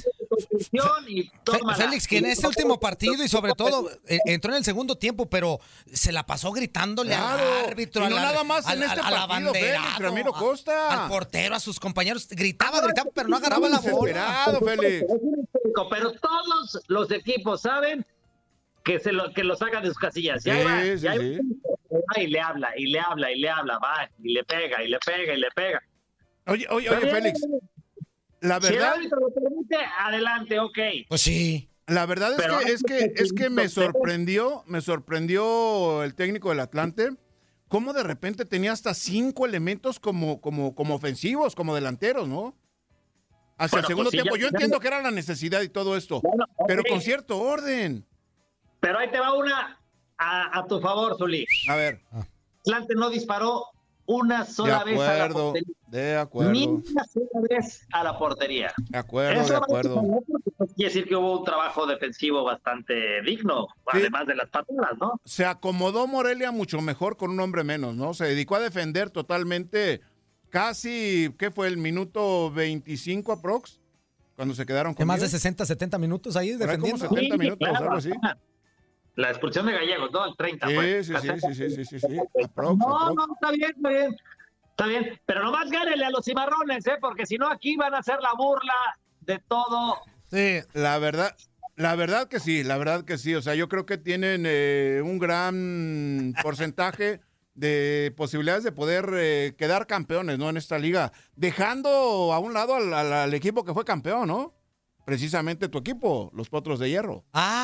Y Fe- tómala. Félix, que en este último partido y sobre todo eh, entró en el segundo tiempo, pero se la pasó gritándole Claro. al árbitro, Y a no la, nada más en al- este al- al partido, Félix, abanderado, Ramiro a- Costa. al portero, a sus compañeros, gritaba, gritaba, pero no agarraba la bola. Desesperado, Félix. Pero todos los equipos saben que se lo, que lo sacan de sus casillas. Ya Sí, va, sí, ya sí. va y le habla, y le habla, y le habla, va, y le pega, y le pega, y le pega. Oye, oye, Está oye, bien. Félix. La Si el verdad, árbitro lo permite, adelante, ok. Pues sí. la verdad es Pero que es que es que me sorprendió, me sorprendió el técnico del Atlante, cómo de repente tenía hasta cinco elementos como, como, como ofensivos, como delanteros, ¿no? Hacia Bueno, el segundo pues sí, tiempo. ya- Yo ya- entiendo que era la necesidad y todo esto, Bueno, ok. pero con cierto orden. Pero ahí te va una a, a tu favor, Zuli. A ver, Atlante no disparó una de sola vez a la acuerdo, portería. de acuerdo, Ni una sola vez a la portería. de acuerdo, Eso de no acuerdo. quiere decir que hubo un trabajo defensivo bastante digno, Sí. además de las patadas, ¿no? Se acomodó Morelia mucho mejor con un hombre menos, ¿no? Se dedicó a defender totalmente, casi, ¿qué fue? El minuto veinticinco aprox, cuando se quedaron Que con más de diez. sesenta, setenta minutos ahí Por ahí como defendiendo. setenta Sí, minutos, claro. algo así. La expulsión de Gallegos, ¿no? El treinta. Sí, fue. sí, sí, sí, sí, sí, sí, sí. Aprox, No, aprox. no, está bien, está bien. Está bien, pero nomás gánenle a los cimarrones, ¿eh? Porque si no, aquí van a hacer la burla de todo. Sí, la verdad, la verdad que sí, la verdad que sí. O sea, yo creo que tienen eh, un gran porcentaje de posibilidades de poder eh, quedar campeones, ¿no? En esta liga, dejando a un lado al, al- al equipo que fue campeón, ¿no? Precisamente tu equipo, los Potros de Hierro.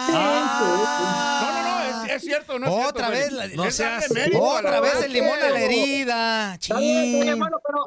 Ah, No, no, no, es, es cierto, no es cierto, otra vez, Félix. la- Es darle mérito a la otra vez verdad el limón que- a la herida. Está bien, está bien, Chin. bueno, pero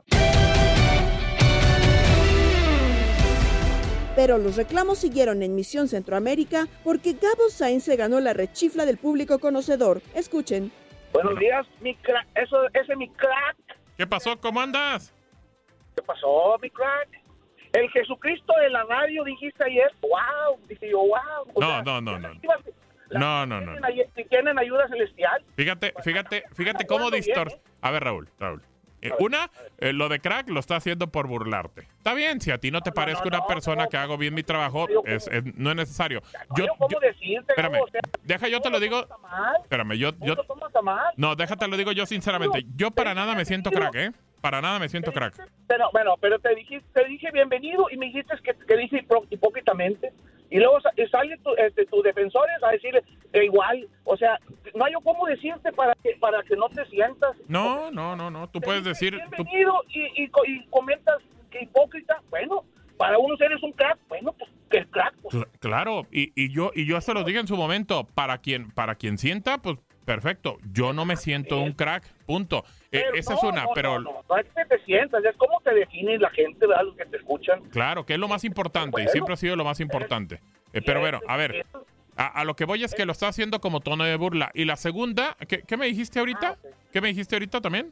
Pero los reclamos siguieron en Misión Centroamérica porque Gabo Sainz se ganó la rechifla del público conocedor. Escuchen. Buenos días, mi crack. Eso, ese es mi crack. ¿Qué pasó? ¿Cómo andas? ¿Qué pasó, mi crack? El Jesucristo de la radio, dijiste ayer. ¡Wow! Dije yo, wow. O No, sea, no, no, no. las- No, no, no. tienen ay- Si tienen ayuda celestial. Fíjate, fíjate, fíjate cómo distor... A ver, Raúl, Raúl. Eh, una, eh, lo de crack lo está haciendo por burlarte. Está bien, si a ti no te parezca una persona que hago bien mi trabajo, es, es- no es necesario. Yo, ¿Cómo yo- decirte? espérame, Gabo? O sea, deja yo te lo digo. Espérame, yo, yo, ¿no lo tomas a mal? no, déjate lo digo yo sinceramente. Yo para nada me siento crack, ¿eh? Para nada me siento crack. Pero, bueno, pero te dije, te dije bienvenido y me dijiste que, que dije hipó- hipócritamente. Y luego sa- sale tu, este, tus defensores a decirle que igual. O sea, no hay cómo decirte para que, para que no te sientas. No, no, no, no. Tú puedes decir. tú- Bienvenido y, y, co- y comentas que hipócrita. Bueno, para unos eres un crack. Bueno, pues que es crack. Pues. Cl- Claro, y, y yo y yo se lo dije en su momento, para quien para quien sienta, pues perfecto. Yo no me siento un crack, punto. Eh, Pero esa no, es una, no, pero No, no, no es que te sientas, es cómo te define la gente, ¿verdad? Los que te escuchan. claro, que es lo más importante y siempre ha sido lo más importante. Eh, pero bueno, a ver, a, a lo que voy es que lo está haciendo como tono de burla. Y la segunda, ¿qué, qué me dijiste ahorita? ¿Qué me dijiste ahorita también?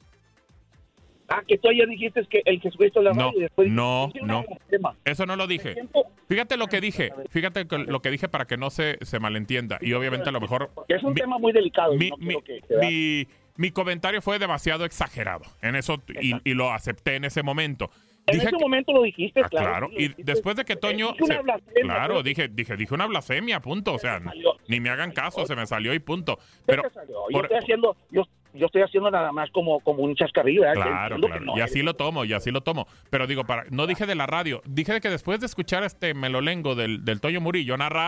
Ah, que tú ayer dijiste que el Jesucristo de la No, radio y después no, dijiste, no. tema. Eso no lo dije. Fíjate lo que dije, fíjate que- lo que dije para que no se, se malentienda. Y obviamente a lo mejor... Es un mi- tema muy delicado. y mi, no mi- quiero que- que- mi- mi comentario fue demasiado exagerado en eso y, y lo acepté en ese momento. En Dije ese que- momento lo dijiste, Ah, claro. claro, sí lo y dijiste. después de que Toño... Dije una se- blasfemia, claro, pero- dije, dije, dije una blasfemia, punto. O sea, salió. ni me hagan caso, se me salió y punto. ¿Qué Pero, te salió? Yo por- estoy haciendo, yo, yo estoy haciendo nada más como, como un chascarrillo. ¿verdad? Que claro, entiendo que claro. no Y eres- así lo tomo, y así lo tomo. Pero digo, para, no dije de la radio, dije de que después de escuchar este melolengo del, del Toño Murillo narrar,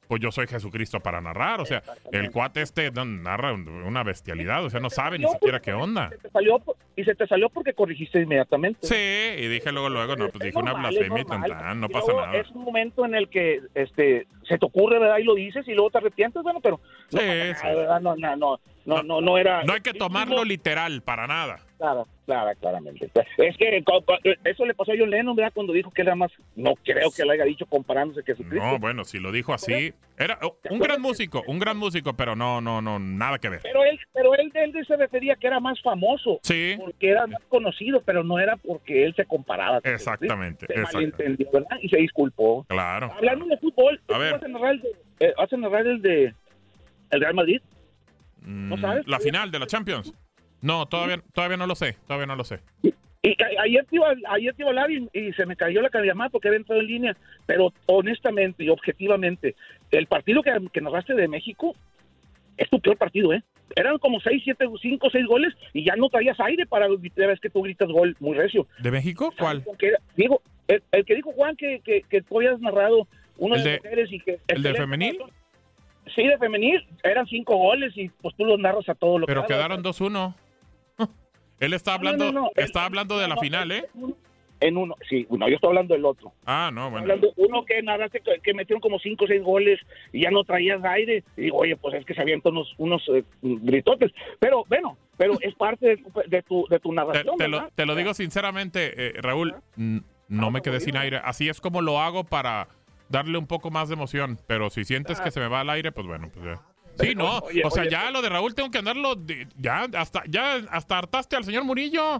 pues yo soy Jesucristo para narrar. O sea, el cuate este no, narra una bestialidad, o sea, no sabe ni siquiera qué onda. Se te salió, y se te salió porque corrigiste inmediatamente. Sí, y dije luego, luego, no, pues dije una blasfemia y tan, tan, no pasa nada. Es un momento en el que este se te ocurre, ¿verdad? Y lo dices y luego te arrepientes, bueno, pero no, sí, pasa sí. nada, ¿verdad? No, no, no, no, no, no era... No hay que tomarlo literal, para nada. Claro, claro, claramente. Es que eso le pasó a John Lennon, ¿verdad? Cuando dijo que era más, no creo que lo haya dicho comparándose que Jesucristo. No, bueno, si lo dijo así, era un gran músico, un gran músico, pero no, no, no, nada que ver. Pero él, pero él, él se refería que era más famoso, sí, porque era más conocido, pero no era porque él se comparaba. Exactamente, se exactamente. malentendió, ¿verdad? Y se disculpó. Claro. Hablando de fútbol, a ver. ¿vas a narrar el de, eh, vas a narrar el de el Real Madrid? ¿No sabes? La final de la Champions. No, todavía, todavía no lo sé, todavía no lo sé. Y, y ayer te iba, ayer te iba a hablar y, y se me cayó la llamada porque había entrado en línea, pero honestamente y objetivamente, el partido que, que narraste de México es tu peor partido, ¿eh? Eran como seis, siete, cinco, seis goles y ya no traías aire para la vez que tú gritas gol muy recio. ¿De México? ¿Cuál? Era, digo, el, el que dijo Juan que, que, que tú habías narrado uno ¿El de, de mujeres y que... ¿El de femenil? Sí, de femenil, eran cinco goles y pues tú los narras a todo lo pero que... Pero quedaron dos uno. Él está hablando, no, no, no, está el, hablando de la no, final, ¿eh? En uno, sí, no, yo estoy hablando del otro. Ah, no, bueno. Hablando uno que narraste que, que metieron como cinco o seis goles y ya no traías aire. Y digo, oye, pues es que se avientan unos, unos eh, gritotes. Pero, bueno, pero es parte de, de, tu, de tu narración. Te, te, lo, te lo digo sinceramente, eh, Raúl, ¿Ah? no me quedé sin aire. Así es como lo hago para darle un poco más de emoción. Pero si sientes ah. que se me va el aire, pues bueno, pues ya. Sí, no, oye, o sea, oye, ya lo de Raúl tengo que andarlo, de, ya hasta ya hasta hartaste al señor Murillo.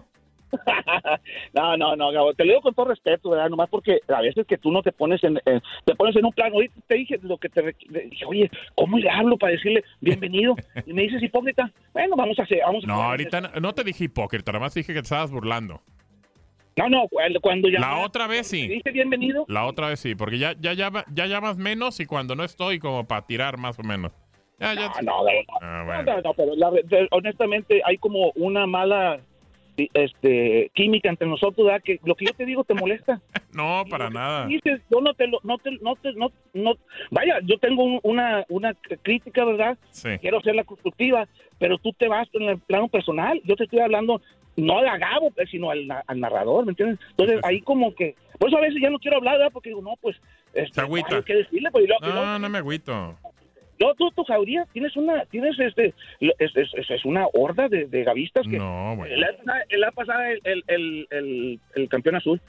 no, no, no, Gabo, te lo digo con todo respeto, ¿verdad? Nomás porque a veces que tú no te pones en, en te pones en un plano. Hoy te dije lo que te dije, oye, ¿cómo le hablo para decirle bienvenido? Y me dices hipócrita. Bueno, vamos a hacer, vamos a No, ahorita no, no te dije hipócrita, nada más dije que te estabas burlando. No, no, cuando ya... La otra vez sí. ¿Dice bienvenido? La otra vez sí, porque ya, ya, llama, ya llamas menos y cuando no estoy como para tirar más o menos. Ya, ya. No, no, no, ah, bueno. no, no, pero la, honestamente hay como una mala este química entre nosotros, ¿verdad? Que lo que yo te digo te molesta. No, para nada. Dices, yo no te lo, no te, no te, no, no, vaya, yo tengo un, una, una crítica, ¿verdad? Sí. Quiero hacerla constructiva, pero tú te vas en el plano personal. Yo te estoy hablando no al Gabo, sino al, al narrador, ¿me entiendes? Entonces sí, sí. ahí como que, por eso a veces ya no quiero hablar, ¿verdad? Porque digo, no, pues, este, hay que decirle, pues, y luego, no, y luego, no me agüito. No, tú, tu Jauría, tienes una, tienes este, es, es, es, es una horda de, de gavistas que... No, bueno. La, la pasada el, el, el, el, el campeón azul.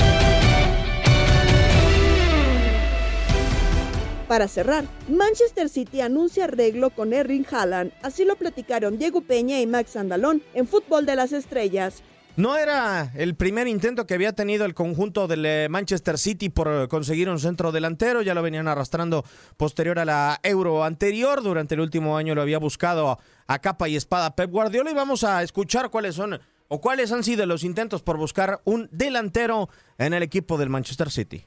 Para cerrar, Manchester City anuncia arreglo con Erling Haaland. Así lo platicaron Diego Peña y Max Andalón en Fútbol de las Estrellas. No era el primer intento que había tenido el conjunto del Manchester City por conseguir un centro delantero. Ya lo venían arrastrando posterior a la Euro anterior. Durante el último año lo había buscado a capa y espada Pep Guardiola. Y vamos a escuchar cuáles son o cuáles han sido los intentos por buscar un delantero en el equipo del Manchester City.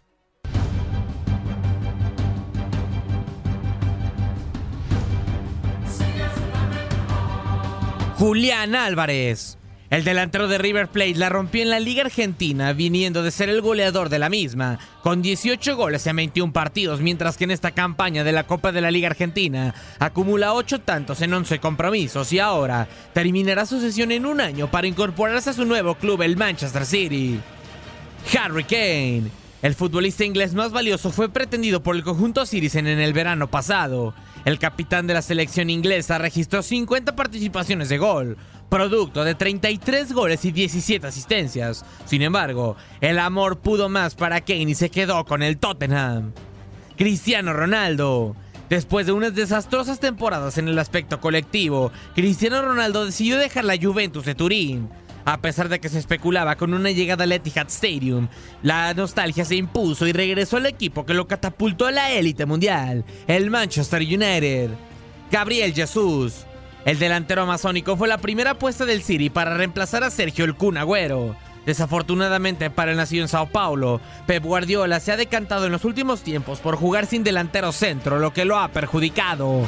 Julián Álvarez. El delantero de River Plate la rompió en la Liga Argentina, viniendo de ser el goleador de la misma, con dieciocho goles en veintiún partidos, mientras que en esta campaña de la Copa de la Liga Argentina acumula ocho tantos en once compromisos y ahora terminará su sesión en un año para incorporarse a su nuevo club, el Manchester City. Harry Kane. El futbolista inglés más valioso fue pretendido por el conjunto Citizen en el verano pasado. El capitán de la selección inglesa registró cincuenta participaciones de gol, producto de treinta y tres goles y diecisiete asistencias. Sin embargo, el amor pudo más para Kane y se quedó con el Tottenham. Cristiano Ronaldo. Después de unas desastrosas temporadas en el aspecto colectivo, Cristiano Ronaldo decidió dejar la Juventus de Turín. A pesar de que se especulaba con una llegada al Etihad Stadium, la nostalgia se impuso y regresó al equipo que lo catapultó a la élite mundial, el Manchester United. Gabriel Jesús. El delantero amazónico fue la primera apuesta del City para reemplazar a Sergio El Kun Agüero. Desafortunadamente para el nacido en Sao Paulo, Pep Guardiola se ha decantado en los últimos tiempos por jugar sin delantero centro, lo que lo ha perjudicado.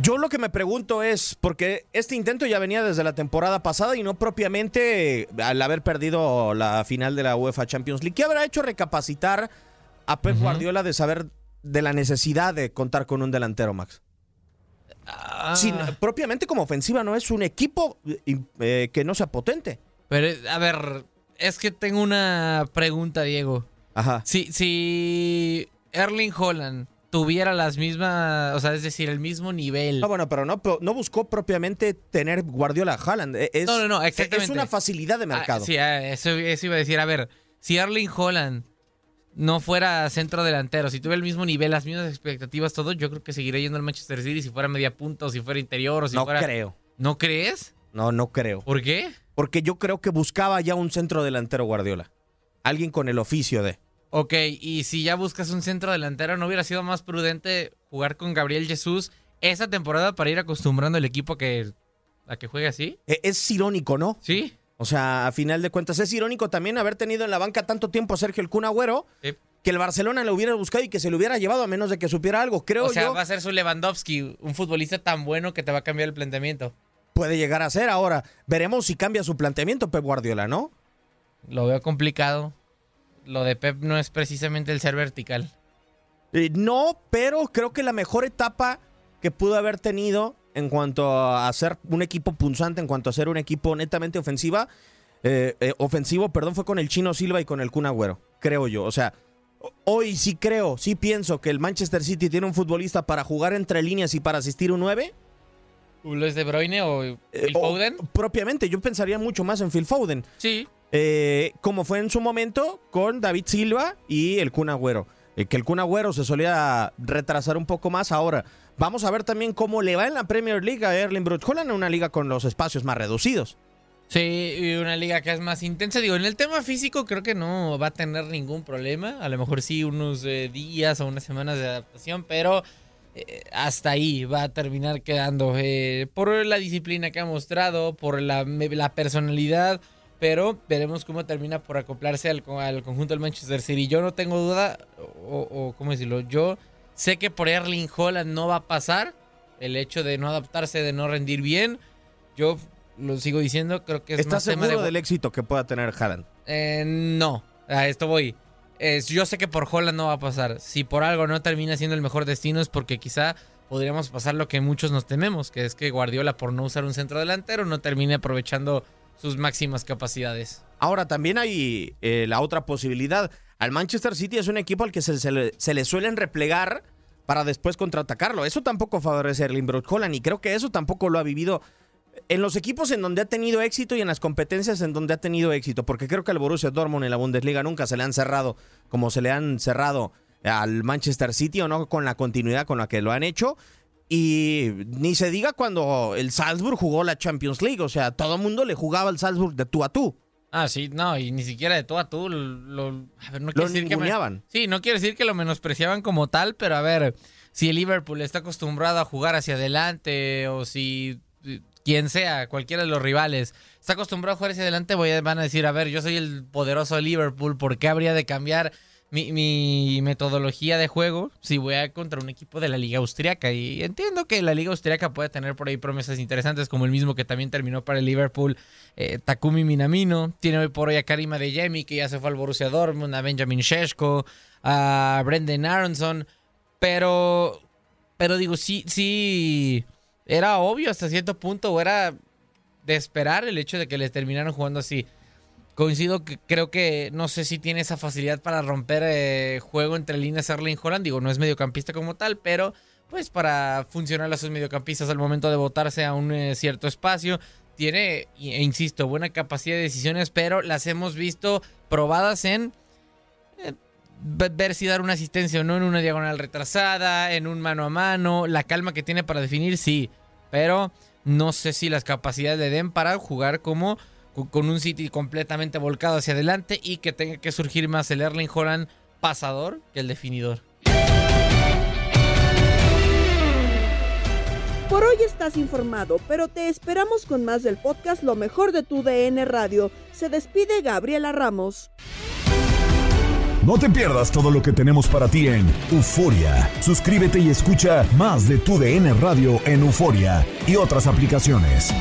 Yo lo que me pregunto es, porque este intento ya venía desde la temporada pasada y no propiamente al haber perdido la final de la UEFA Champions League, ¿qué habrá hecho recapacitar a Pep uh-huh. Guardiola de saber de la necesidad de contar con un delantero, Max? Ah. Sin, propiamente como ofensiva no es un equipo eh, que no sea potente. Pero, a ver, es que tengo una pregunta, Diego. Ajá. Si, si Erling Haaland tuviera las mismas, o sea, es decir, el mismo nivel. No, bueno, pero no, no buscó propiamente tener Guardiola a Haaland. Es, no, no, no, exactamente. Es una facilidad de mercado. Ah, sí, eso, eso iba a decir. A ver, si Erling Haaland no fuera centro delantero, si tuviera el mismo nivel, las mismas expectativas, todo, yo creo que seguiría yendo al Manchester City si fuera media punta, o si fuera interior, o si no fuera... No creo. ¿No crees? No, no creo. ¿Por qué? Porque yo creo que buscaba ya un centro delantero Guardiola. Alguien con el oficio de... Ok, y si ya buscas un centro delantero, ¿no hubiera sido más prudente jugar con Gabriel Jesús esa temporada para ir acostumbrando al equipo a que, a que juegue así? Es irónico, ¿no? Sí. O sea, a final de cuentas, es irónico también haber tenido en la banca tanto tiempo a Sergio el Kun Agüero, sí. que el Barcelona lo hubiera buscado y que se lo hubiera llevado a menos de que supiera algo, creo yo. O sea, yo, va a ser su Lewandowski, un futbolista tan bueno que te va a cambiar el planteamiento. Puede llegar a ser. Ahora, veremos si cambia su planteamiento Pep Guardiola, ¿no? Lo veo complicado. Lo de Pep no es precisamente el ser vertical. Eh, no, pero creo que la mejor etapa que pudo haber tenido en cuanto a ser un equipo punzante, en cuanto a ser un equipo netamente ofensiva, eh, eh, ofensivo, perdón, fue con el Chino Silva y con el Kun Agüero, creo yo. O sea, hoy sí creo, sí pienso que el Manchester City tiene un futbolista para jugar entre líneas y para asistir un nueve. ¿Luis De Bruyne o Phil eh, Foden? O, propiamente, yo pensaría mucho más en Phil Foden. Sí. Eh, como fue en su momento con David Silva y el Kun Agüero. Eh, que el Kun Agüero se solía retrasar un poco más. Ahora, vamos a ver también cómo le va en la Premier League a Erling Braut Haaland, en una liga con los espacios más reducidos. Sí, y una liga que es más intensa. Digo, en el tema físico creo que no va a tener ningún problema. A lo mejor sí unos eh, días o unas semanas de adaptación, pero eh, hasta ahí va a terminar quedando. Eh, por la disciplina que ha mostrado, por la, la personalidad, pero veremos cómo termina por acoplarse al, al conjunto del Manchester City. Yo no tengo duda, o, o cómo decirlo, yo sé que por Erling Haaland no va a pasar el hecho de no adaptarse, de no rendir bien. Yo lo sigo diciendo, creo que es ¿Estás más seguro tema de... del éxito que pueda tener Haaland? Eh, no, a esto voy. Eh, yo sé que por Haaland no va a pasar. Si por algo no termina siendo el mejor destino es porque quizá podríamos pasar lo que muchos nos tememos, que es que Guardiola, por no usar un centro delantero, no termine aprovechando sus máximas capacidades. Ahora, también hay eh, la otra posibilidad. Al Manchester City es un equipo al que se, se, le, se le suelen replegar para después contraatacarlo. Eso tampoco favorece a Erling Braut Haaland y creo que eso tampoco lo ha vivido en los equipos en donde ha tenido éxito y en las competencias en donde ha tenido éxito, porque creo que al Borussia Dortmund en la Bundesliga nunca se le han cerrado como se le han cerrado al Manchester City, o no con la continuidad con la que lo han hecho. Y ni se diga cuando el Salzburg jugó la Champions League, o sea, todo el mundo le jugaba al Salzburg de tú a tú. Ah, sí, no, y ni siquiera de tú a tú. Lo, a ver, no lo decir ninguneaban. Que me, sí, no quiere decir que lo menospreciaban como tal, pero a ver, si el Liverpool está acostumbrado a jugar hacia adelante, o si quien sea, cualquiera de los rivales, está acostumbrado a jugar hacia adelante, voy a, van a decir, a ver, yo soy el poderoso Liverpool, ¿por qué habría de cambiar Mi, mi metodología de juego si voy a contra un equipo de la Liga Austriaca? Y entiendo que la Liga Austriaca puede tener por ahí promesas interesantes, como el mismo que también terminó para el Liverpool, eh, Takumi Minamino. Tiene hoy por hoy a Karim Adeyemi, que ya se fue al Borussia Dortmund, a Benjamin Šeško, a Brendan Aronson, pero pero digo, sí, sí era obvio hasta cierto punto, o era de esperar el hecho de que les terminaran jugando así. Coincido que creo que no sé si tiene esa facilidad para romper eh, juego entre líneas Erling Haaland. Digo, no es mediocampista como tal, pero pues para funcionar a sus mediocampistas al momento de botarse a un eh, cierto espacio. Tiene, e insisto, buena capacidad de decisiones, pero las hemos visto probadas en eh, ver si dar una asistencia o no en una diagonal retrasada, en un mano a mano. La calma que tiene para definir, sí, pero no sé si las capacidades le den para jugar como con un City completamente volcado hacia adelante y que tenga que surgir más el Erling Haaland pasador que el definidor. Por hoy estás informado, pero te esperamos con más del podcast Lo Mejor de tu D N Radio. Se despide Gabriela Ramos. No te pierdas todo lo que tenemos para ti en Euforia. Suscríbete y escucha más de Tu D N Radio en Euforia y otras aplicaciones.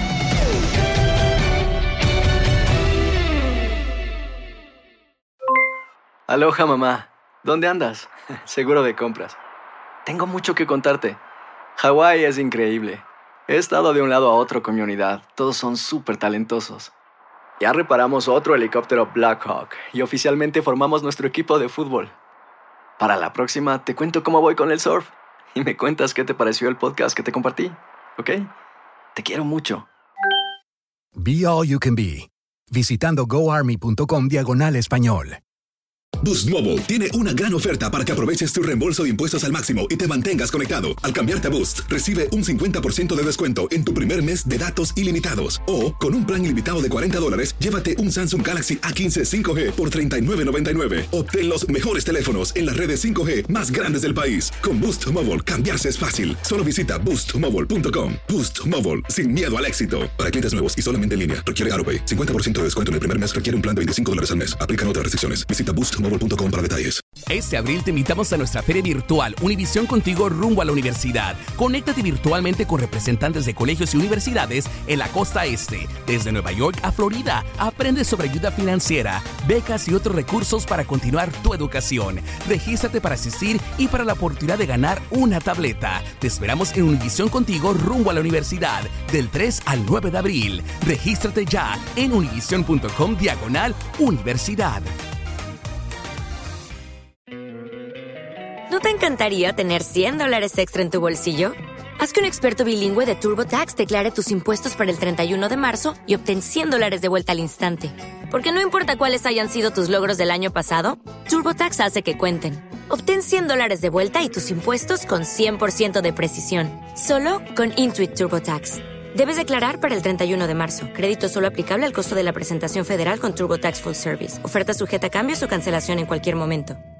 Aloha, mamá. ¿Dónde andas? Seguro de compras. Tengo mucho que contarte. Hawái es increíble. He estado de un lado a otro con mi unidad. Todos son súper talentosos. Ya reparamos otro helicóptero Blackhawk y oficialmente formamos nuestro equipo de fútbol. Para la próxima te cuento cómo voy con el surf y me cuentas qué te pareció el podcast que te compartí, ¿ok? Te quiero mucho. Be All You Can Be, visitando goarmy.com diagonal español. Boost Mobile tiene una gran oferta para que aproveches tu reembolso de impuestos al máximo y te mantengas conectado. Al cambiarte a Boost, recibe un cincuenta por ciento de descuento en tu primer mes de datos ilimitados. O, con un plan ilimitado de cuarenta dólares, llévate un Samsung Galaxy A quince cinco G por treinta y nueve noventa y nueve. Obtén los mejores teléfonos en las redes cinco G más grandes del país. Con Boost Mobile, cambiarse es fácil. Solo visita boost mobile punto com. Boost Mobile, sin miedo al éxito. Para clientes nuevos y solamente en línea, requiere AutoPay. cincuenta por ciento de descuento en el primer mes requiere un plan de veinticinco dólares al mes. Aplican otras restricciones. Visita boost mobile punto com para detalles. Este abril te invitamos a nuestra feria virtual Univisión Contigo rumbo a la universidad. Conéctate virtualmente con representantes de colegios y universidades en la costa este. Desde Nueva York a Florida, aprende sobre ayuda financiera, becas y otros recursos para continuar tu educación. Regístrate para asistir y para la oportunidad de ganar una tableta. Te esperamos en Univisión Contigo rumbo a la universidad del tres al nueve de abril. Regístrate ya en univision punto com diagonal universidad. ¿No te encantaría tener cien dólares extra en tu bolsillo? Haz que un experto bilingüe de TurboTax declare tus impuestos para el treinta y uno de marzo y obtén cien dólares de vuelta al instante. Porque no importa cuáles hayan sido tus logros del año pasado, TurboTax hace que cuenten. Obtén cien dólares de vuelta y tus impuestos con cien por ciento de precisión. Solo con Intuit TurboTax. Debes declarar para el treinta y uno de marzo. Crédito solo aplicable al costo de la presentación federal con TurboTax Full Service. Oferta sujeta a cambios o cancelación en cualquier momento.